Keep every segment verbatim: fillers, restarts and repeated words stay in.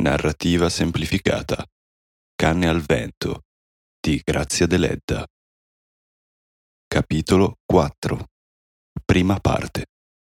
Narrativa semplificata. Canne al vento di Grazia Deledda. Capitolo quattro. Prima parte.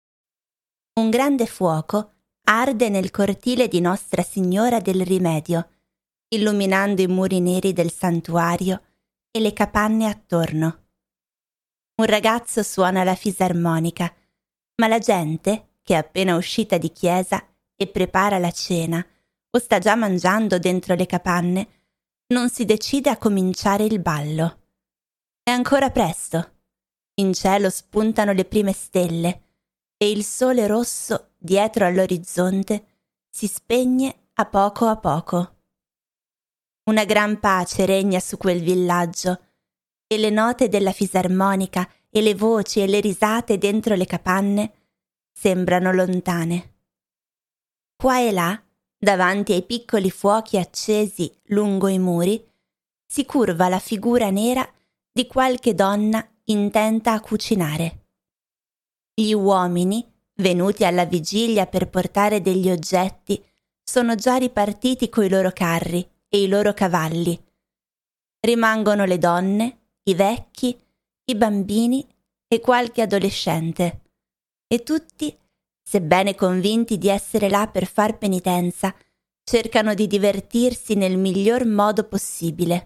Un grande fuoco arde nel cortile di Nostra Signora del Rimedio, illuminando i muri neri del santuario e le capanne attorno. Un ragazzo suona la fisarmonica, ma la gente, che è appena uscita di chiesa e prepara la cena o sta già mangiando dentro le capanne, non si decide a cominciare il ballo. È ancora presto. In cielo spuntano le prime stelle e il sole rosso dietro all'orizzonte si spegne a poco a poco. Una gran pace regna su quel villaggio e le note della fisarmonica e le voci e le risate dentro le capanne sembrano lontane. Qua e là, davanti ai piccoli fuochi accesi lungo i muri, si curva la figura nera di qualche donna intenta a cucinare. Gli uomini, venuti alla vigilia per portare degli oggetti, sono già ripartiti coi loro carri e i loro cavalli. Rimangono le donne, i vecchi, i bambini e qualche adolescente. E tutti, sebbene convinti di essere là per far penitenza, cercano di divertirsi nel miglior modo possibile.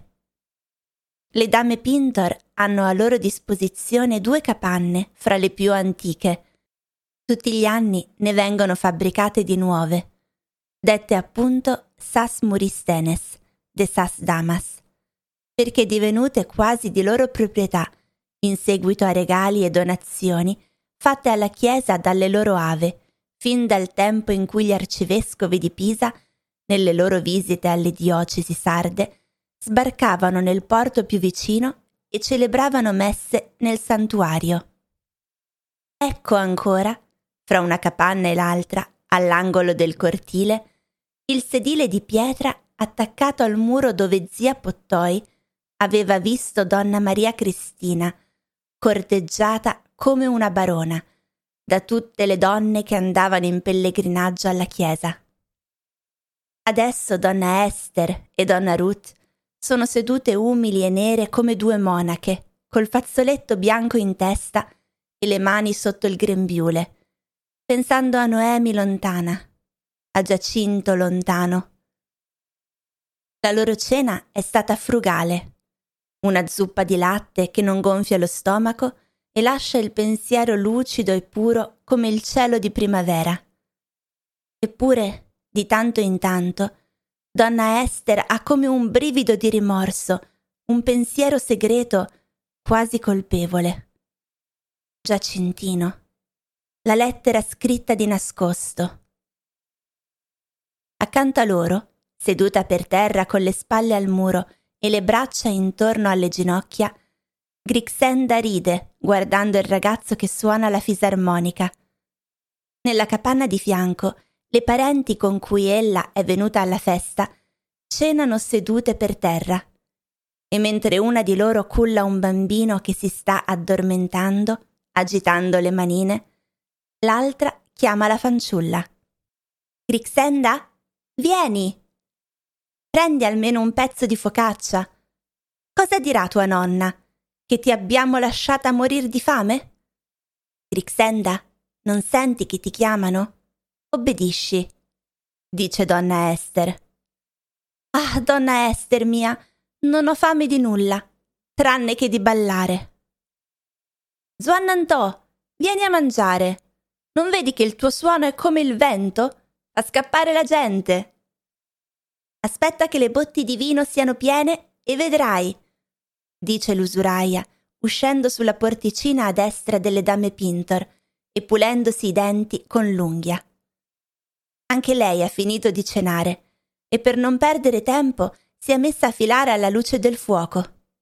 Le dame Pintor hanno a loro disposizione due capanne fra le più antiche. Tutti gli anni ne vengono fabbricate di nuove, dette appunto Sas Muristenes, de Sas Damas, perché divenute quasi di loro proprietà in seguito a regali e donazioni fatte alla Chiesa dalle loro ave, fin dal tempo in cui gli arcivescovi di Pisa, nelle loro visite alle diocesi sarde, sbarcavano nel porto più vicino e celebravano messe nel santuario. Ecco ancora, fra una capanna e l'altra, all'angolo del cortile, il sedile di pietra attaccato al muro dove zia Pottoi aveva visto donna Maria Cristina, corteggiata come una barona da tutte le donne che andavano in pellegrinaggio alla chiesa. Adesso donna Ester e donna Ruth sono sedute umili e nere come due monache, col fazzoletto bianco in testa e le mani sotto il grembiule, pensando a Noemi lontana, a Giacinto lontano. La loro cena è stata frugale, una zuppa di latte che non gonfia lo stomaco e lascia il pensiero lucido e puro come il cielo di primavera. Eppure, di tanto in tanto, donna Ester ha come un brivido di rimorso, un pensiero segreto, quasi colpevole. Giacintino, la lettera scritta di nascosto. Accanto a loro, seduta per terra con le spalle al muro e le braccia intorno alle ginocchia, Grixenda ride guardando il ragazzo che suona la fisarmonica. Nella capanna di fianco, le parenti con cui ella è venuta alla festa cenano sedute per terra, e mentre una di loro culla un bambino che si sta addormentando, agitando le manine, l'altra chiama la fanciulla. «Grixenda, vieni! Prendi almeno un pezzo di focaccia. Cosa dirà tua nonna? Che ti abbiamo lasciata morir di fame? Grixenda, non senti che ti chiamano? Obbedisci», dice donna Ester. «Ah, donna Ester mia, non ho fame di nulla, tranne che di ballare». «Zuannantò, vieni a mangiare. Non vedi che il tuo suono è come il vento? Fa scappare la gente». «Aspetta che le botti di vino siano piene e vedrai», dice l'usuraia, uscendo sulla porticina a destra delle dame Pintor e pulendosi i denti con l'unghia. Anche lei ha finito di cenare e per non perdere tempo si è messa a filare alla luce del fuoco.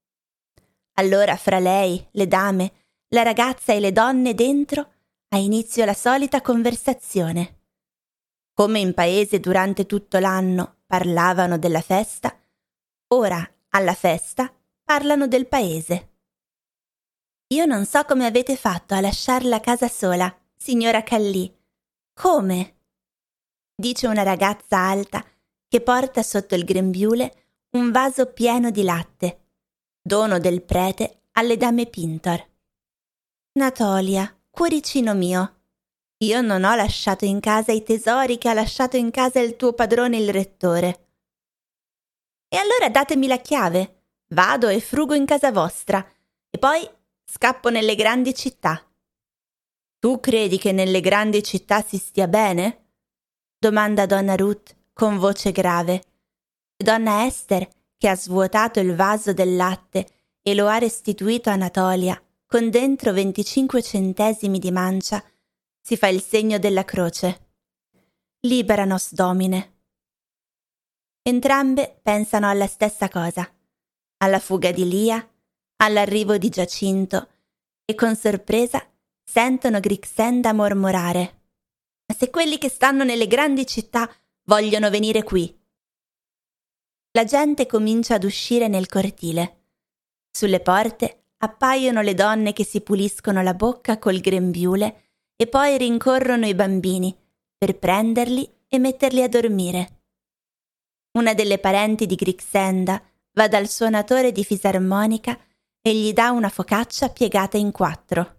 Allora fra lei, le dame, la ragazza e le donne dentro ha inizio la solita conversazione. Come in paese durante tutto l'anno parlavano della festa, ora alla festa parlano del paese. «Io non so come avete fatto a lasciar la casa sola, signora Callì». «Come?» dice una ragazza alta che porta sotto il grembiule un vaso pieno di latte, dono del prete alle dame Pintor. Natolia, cuoricino mio, io non ho lasciato in casa i tesori che ha lasciato in casa il tuo padrone il rettore. E allora datemi la chiave, vado e frugo in casa vostra, e poi scappo nelle grandi città. Tu credi che nelle grandi città si stia bene? Domanda donna Ruth con voce grave. E donna Ester, che ha svuotato il vaso del latte e lo ha restituito a Natolia, con dentro venticinque centesimi di mancia, si fa il segno della croce. Libera nos Domine. Entrambe pensano alla stessa cosa, alla fuga di Lia, all'arrivo di Giacinto, e con sorpresa sentono Grixenda mormorare: «Ma se quelli che stanno nelle grandi città vogliono venire qui?» La gente comincia ad uscire nel cortile. Sulle porte appaiono le donne che si puliscono la bocca col grembiule e poi rincorrono i bambini per prenderli e metterli a dormire. Una delle parenti di Grixenda va dal suonatore di fisarmonica e gli dà una focaccia piegata in quattro.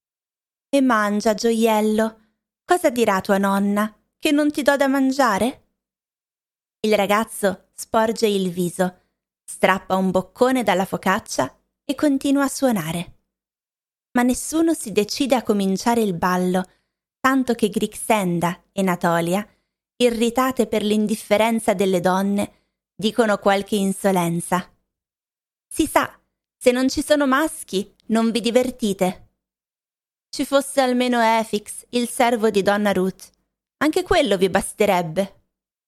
«E mangia, gioiello, cosa dirà tua nonna, che non ti do da mangiare?» Il ragazzo sporge il viso, strappa un boccone dalla focaccia e continua a suonare. Ma nessuno si decide a cominciare il ballo, tanto che Grixenda e Natolia, irritate per l'indifferenza delle donne, dicono qualche insolenza. «Si sa, se non ci sono maschi, non vi divertite. Ci fosse almeno Efix, il servo di donna Ruth, anche quello vi basterebbe.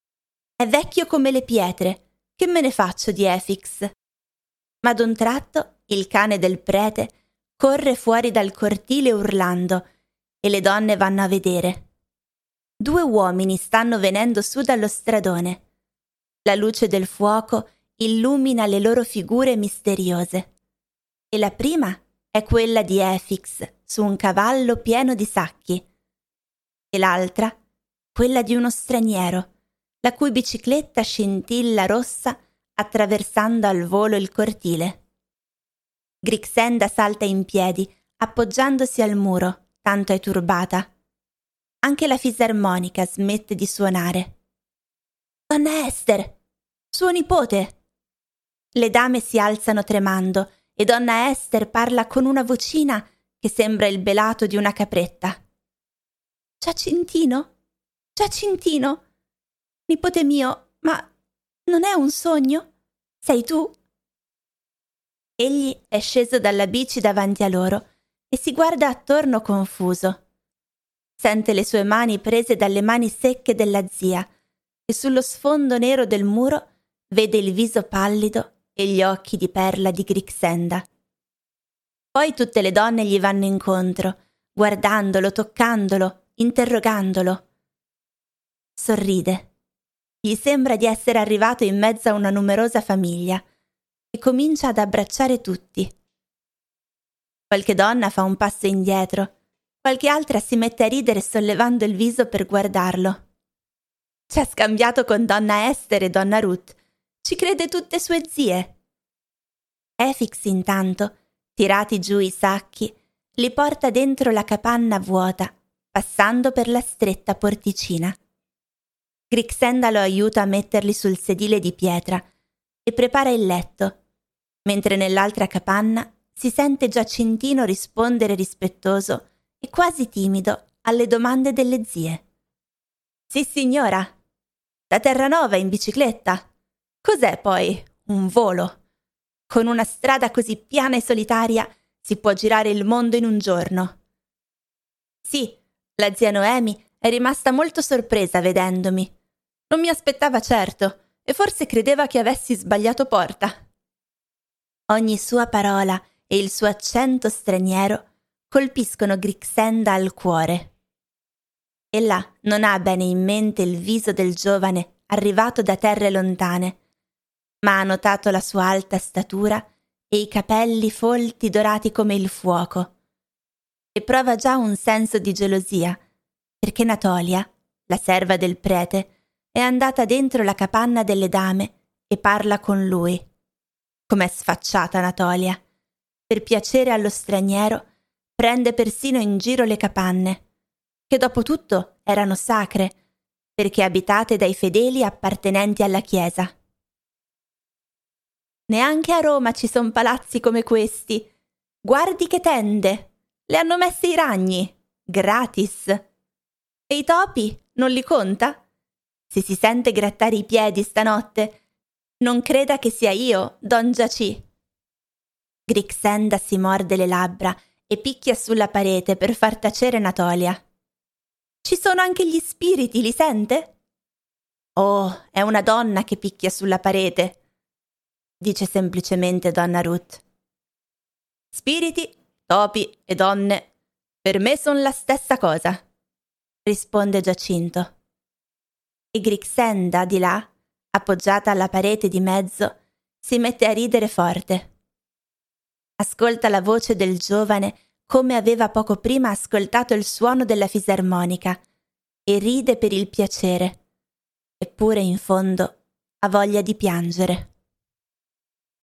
È vecchio come le pietre, che me ne faccio di Efix?» Ma d'un tratto il cane del prete corre fuori dal cortile urlando e le donne vanno a vedere. Due uomini stanno venendo su dallo stradone. La luce del fuoco illumina le loro figure misteriose. E la prima è quella di Efix su un cavallo pieno di sacchi. E l'altra, quella di uno straniero, la cui bicicletta scintilla rossa attraversando al volo il cortile. Grixenda salta in piedi, appoggiandosi al muro, tanto è turbata. Anche la fisarmonica smette di suonare. «Donna Ester! Suo nipote!» Le dame si alzano tremando e donna Ester parla con una vocina che sembra il belato di una capretta. «Giacintino? Giacintino? Nipote mio, ma non è un sogno? Sei tu?» Egli è sceso dalla bici davanti a loro e si guarda attorno confuso. Sente le sue mani prese dalle mani secche della zia e sullo sfondo nero del muro vede il viso pallido e gli occhi di perla di Grixenda. Poi tutte le donne gli vanno incontro, guardandolo, toccandolo, interrogandolo. Sorride. Gli sembra di essere arrivato in mezzo a una numerosa famiglia e comincia ad abbracciare tutti. Qualche donna fa un passo indietro, qualche altra si mette a ridere sollevando il viso per guardarlo. Ci ha scambiato con donna Ester e donna Ruth, ci crede tutte sue zie. Efix intanto, tirati giù i sacchi, li porta dentro la capanna vuota, passando per la stretta porticina. Grixenda lo aiuta a metterli sul sedile di pietra e prepara il letto, mentre nell'altra capanna si sente Giacintino rispondere rispettoso e quasi timido alle domande delle zie. «Sì, signora. Da Terranova in bicicletta? Cos'è poi un volo? Con una strada così piana e solitaria si può girare il mondo in un giorno». «Sì, la zia Noemi è rimasta molto sorpresa vedendomi. Non mi aspettava certo e forse credeva che avessi sbagliato porta». Ogni sua parola e il suo accento straniero colpiscono Grixenda al cuore. Ella non ha bene in mente il viso del giovane arrivato da terre lontane, ma ha notato la sua alta statura e i capelli folti dorati come il fuoco. E prova già un senso di gelosia, perché Natolia, la serva del prete, è andata dentro la capanna delle dame e parla con lui. Com'è sfacciata Anatolia! Per piacere allo straniero prende persino in giro le capanne, che dopo tutto erano sacre, perché abitate dai fedeli appartenenti alla Chiesa. Neanche a Roma ci son palazzi come questi. Guardi che tende! Le hanno messe i ragni, gratis. E i topi, non li conta? Se si sente grattare i piedi stanotte, non creda che sia io, Don Giací. Grixenda si morde le labbra e picchia sulla parete per far tacere Anatolia. Ci sono anche gli spiriti, li sente? Oh, è una donna che picchia sulla parete, dice semplicemente donna Ruth. Spiriti, topi e donne, per me son la stessa cosa, risponde Giacinto. E Grixenda, di là, appoggiata alla parete di mezzo, si mette a ridere forte. Ascolta la voce del giovane come aveva poco prima ascoltato il suono della fisarmonica e ride per il piacere, eppure in fondo ha voglia di piangere.